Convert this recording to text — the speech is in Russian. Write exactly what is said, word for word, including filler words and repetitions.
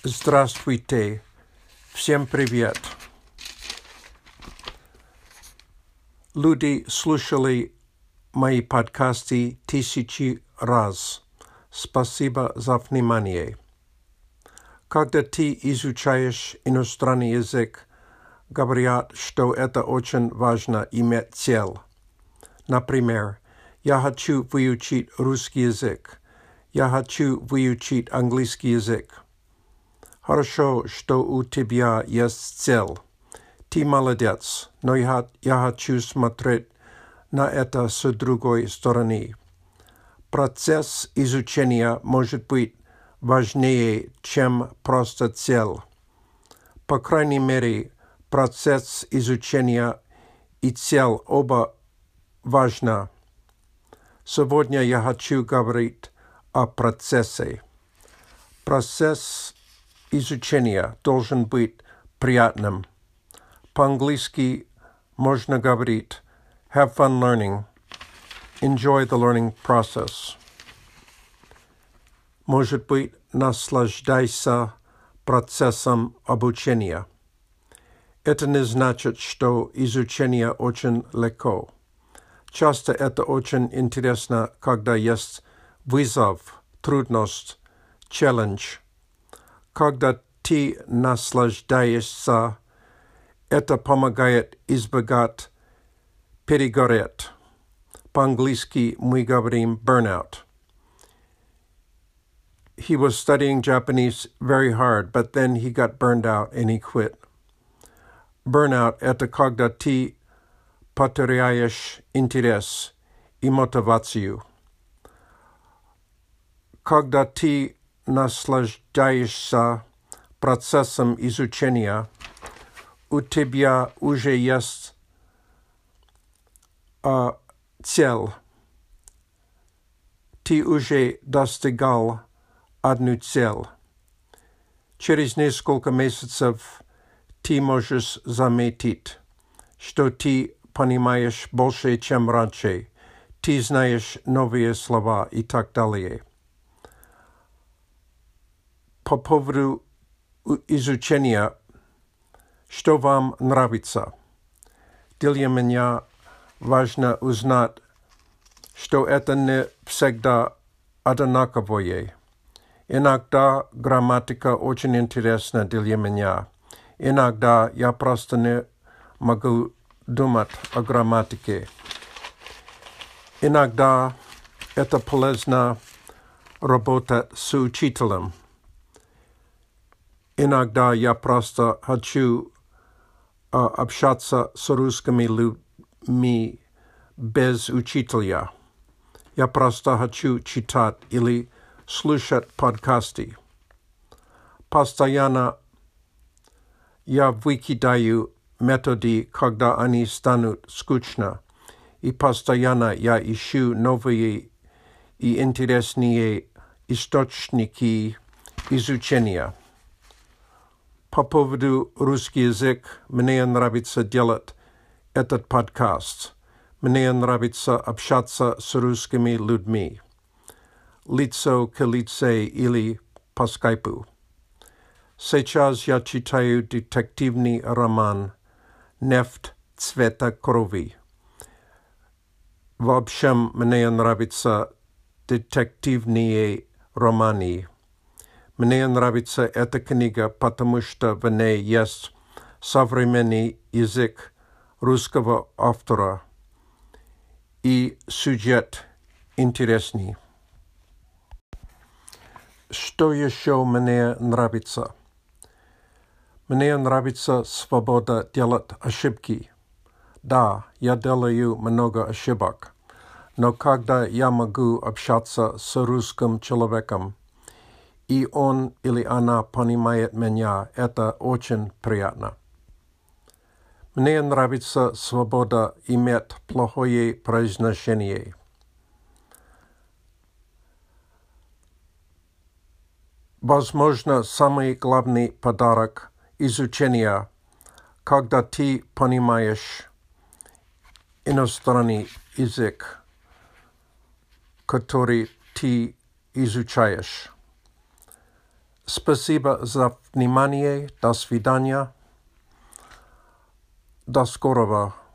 Здравствуйте. Всем привет. Люди слушали мои подкасты тысячи раз. Спасибо за внимание. Когда ты изучаешь иностранный язык, говорят, что это очень важно иметь цель. Например, я хочу выучить русский язык. Я хочу выучить английский язык. Хорошо, что у тебя есть цель. Ты молодец, но я, я хочу смотреть на это с другой стороны. Процесс изучения может быть важнее, чем просто цель. По крайней мере, процесс изучения и цель оба важны. Сегодня я хочу говорить о процессе. Процесс изучения должен быть приятным. По-английски можно говорить have fun learning, enjoy the learning process. Может быть, наслаждайся процессом обучения. Это не значит, что изучение очень легко. Часто это очень интересно, когда есть вызов, трудность, челлендж. Когда ты наслаждаешься, это помогает избегать перегореть. По-английски мы говорим burnout. He was studying Japanese very hard, but then he got burned out and he quit. Burnout – это когда ты потеряешь интерес и мотивацию. Когда ты наслаждаешься процессом изучения, у тебя уже есть а, цель. Ты уже достигал одну цель. Через несколько месяцев ты можешь заметить, что ты понимаешь больше, чем раньше. Ты знаешь новые слова и так далее. По поводу изучения, что вам нравится? Для меня важно узнать, что это не всегда одинаковое. Иногда грамматика очень интересна для меня. Иногда я просто не могу думать о грамматике. Иногда это полезно работать с учителем. Иногда я просто хочу uh, общаться с русскими людьми без учителя. Я просто хочу читать или слушать подкасты. Постоянно я выкидаю методы, когда они станут скучно, и постоянно я ищу новые и интересные источники изучения. По поводу русский язык, мне нравится делать этот подкаст. Мне нравится общаться с русскими людьми. Лицо к лицу или по скайпу. Сейчас я читаю детективный роман «Нефть цвета крови». В общем, мне нравятся детективные романы. Мне нравится эта книга, потому что в ней есть современный язык русского автора и сюжет интересный. Что еще мне нравится? Мне нравится свобода делать ошибки. Да, я делаю много ошибок, но когда я могу общаться с русским человеком, и он или она понимает меня, это очень приятно. Мне нравится свобода иметь плохое произношение. Возможно, самый главный подарок изучения, когда ты понимаешь иностранный язык, который ты изучаешь. Спасибо за внимание. До свидания. До скорого.